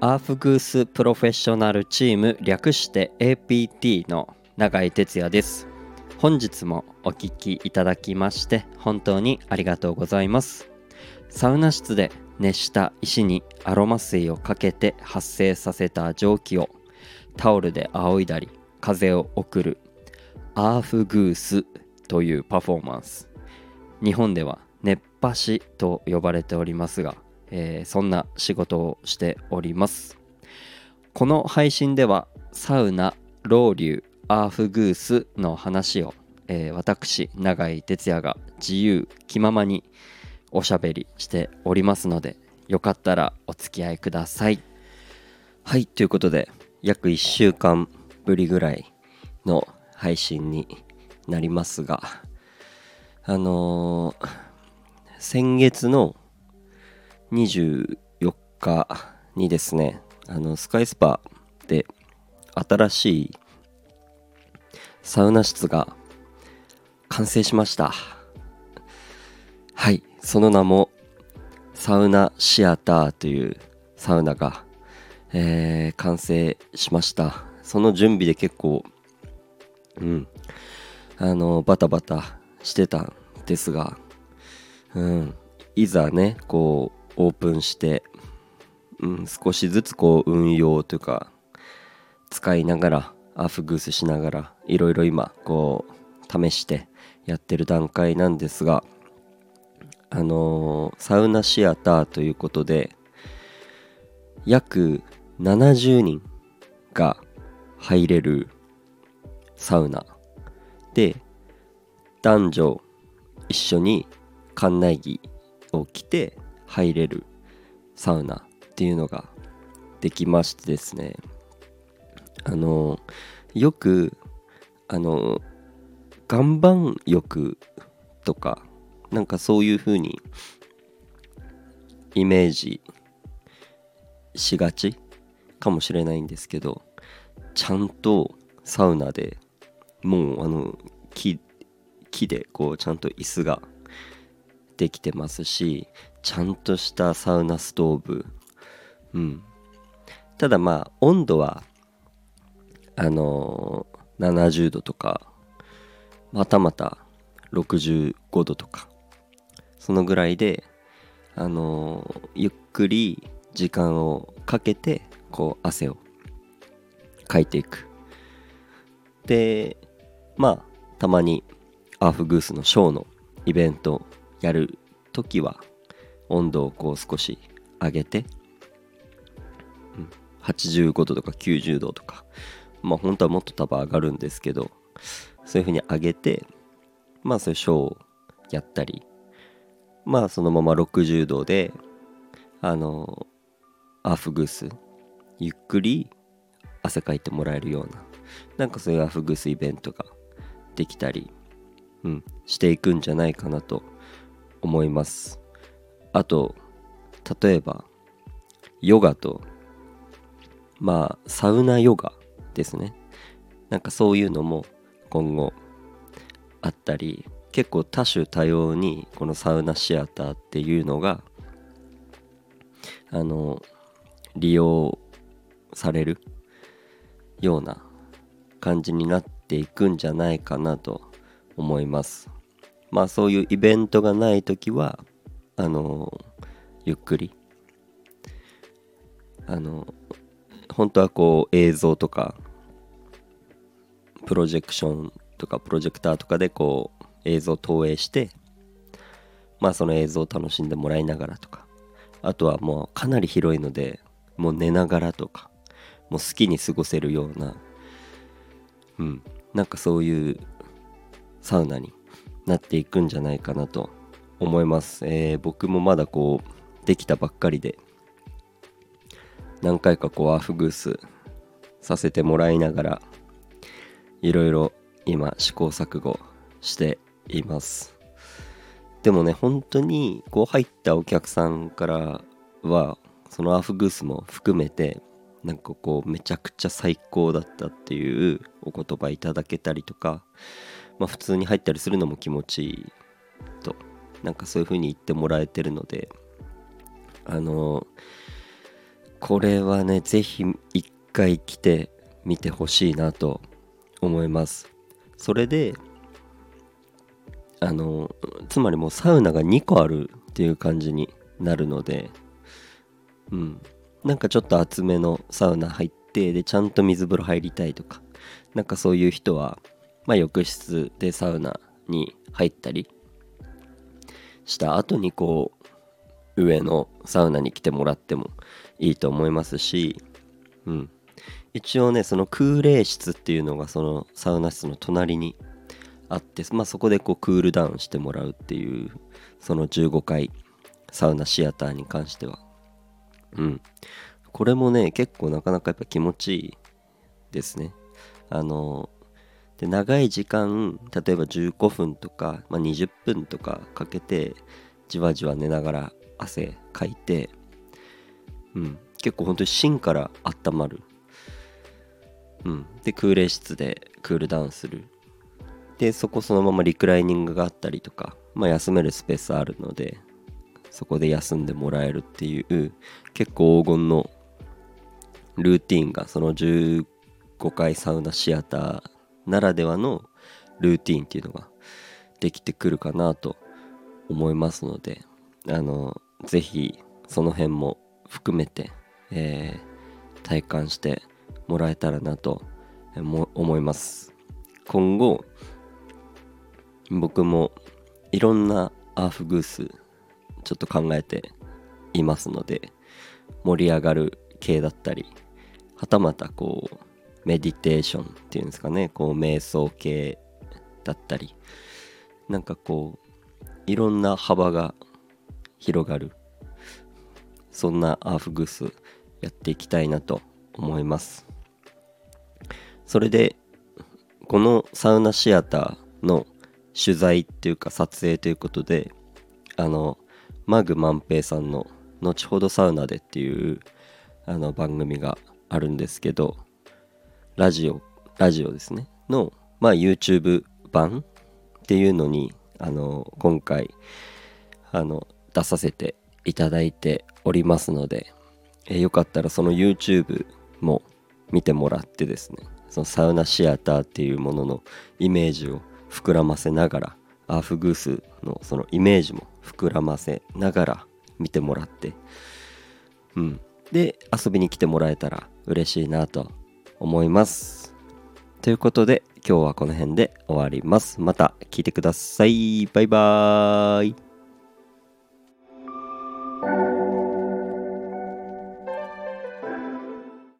アーフグースプロフェッショナルチーム略して APT の永井哲也です。本日もお聞きいただきまして本当にありがとうございます。サウナ室で熱した石にアロマ水をかけて発生させた蒸気をタオルで仰いだり風を送るアーフグースというパフォーマンス、日本では熱波師と呼ばれておりますが、そんな仕事をしております。この配信ではサウナ、ロウリュ、アーフグースの話を、私永井哲也が自由気ままにおしゃべりしておりますので、よかったらお付き合いください。はい、ということで約1週間ぶりぐらいの配信になりますが、先月の24日にですね、スカイスパで新しいサウナ室が完成しました。はい、その名もサウナシアターというサウナが、完成しました。その準備で結構バタバタしてたんですが、いざねこうオープンして、少しずつこう運用というか使いながらアーフグースしながらいろいろ今こう試してやってる段階なんですが、サウナシアターということで約70人が入れるサウナで、男女一緒に館内着を着て入れるサウナっていうのができましてですね、よく岩盤浴とかなんかそういう風にイメージしがちかもしれないんですけど、ちゃんとサウナでもう木でこうちゃんと椅子ができてますし、ちゃんとしたサウナストーブ、ただまあ温度は70度とかまたまた65度とかそのぐらいでゆっくり時間をかけてこう汗をかいていく。でまあたまにアーフグースのショーのイベントやるときは温度をこう少し上げて、85度とか90度とか、まあ本当はもっと多分上がるんですけど、そういう風に上げてまあそういうショーをやったり、まあそのまま60度でアーフグースゆっくり汗かいてもらえるような、なんかそういうアーフグースイベントができたり、していくんじゃないかなと思います。あと例えばヨガとまあサウナヨガですね、なんかそういうのも今後あったり、結構多種多様にこのサウナシアターっていうのが利用されるような感じになっていくんじゃないかなと思います。まあそういうイベントがないときはゆっくり本当はこう映像とかプロジェクションとかプロジェクターとかでこう映像投影して、まあその映像を楽しんでもらいながらとか、あとはもうかなり広いのでもう寝ながらとかもう好きに過ごせるような、なんかそういうサウナになっていくんじゃないかなと思います。僕もまだこうできたばっかりで何回かこうアーフグースさせてもらいながらいろいろ今試行錯誤しています。でもね本当にこう入ったお客さんからはそのアーフグースも含めてなんかこうめちゃくちゃ最高だったっていうお言葉いただけたりとか、まあ普通に入ったりするのも気持ちいいと、なんかそういう風に言ってもらえてるので、ここれはね、ぜひ一回来てみてほしいなと思います。それでつまりもうサウナが2個あるっていう感じになるので、なんかちょっと厚めのサウナ入って、でちゃんと水風呂入りたいとか、なんかそういう人は、浴室でサウナに入ったりした後にこう上のサウナに来てもらってもいいと思いますし、一応ね、その空冷室っていうのがそのサウナ室の隣にあって、そこでこうクールダウンしてもらうっていう、その15階サウナシアターに関しては、これもね結構なかなかやっぱ気持ちいいですね。で長い時間、例えば15分とか、20分とかかけてじわじわ寝ながら汗かいて、結構本当に芯から温まる。で空冷室でクールダウンする。でそのままリクライニングがあったりとか、休めるスペースあるのでそこで休んでもらえるっていう結構黄金のルーティンが、その15階サウナシアターならではのルーティンっていうのができてくるかなと思いますので、ぜひその辺も含めて、体感してもらえたらなと思います。今後僕もいろんなアーフグースちょっと考えていますので、盛り上がる系だったり、はたまたこうメディテーションっていうんですかね、こう瞑想系だったり、なんかこういろんな幅が広がる、そんなアーフグースやっていきたいなと思います。それでこのサウナシアターの取材っていうか撮影ということで、マグ万平さんの後ほどサウナでっていう番組があるんですけど、ラジオですねの、YouTube 版っていうのに今回出させていただいておりますので、よかったらその YouTube も見てもらってですね、そのサウナシアターっていうもののイメージを膨らませながら、アーフグースのそのイメージも膨らませながら見てもらって、で遊びに来てもらえたら嬉しいなと思います。ということで今日はこの辺で終わります。また聞いてください。バイバーイ。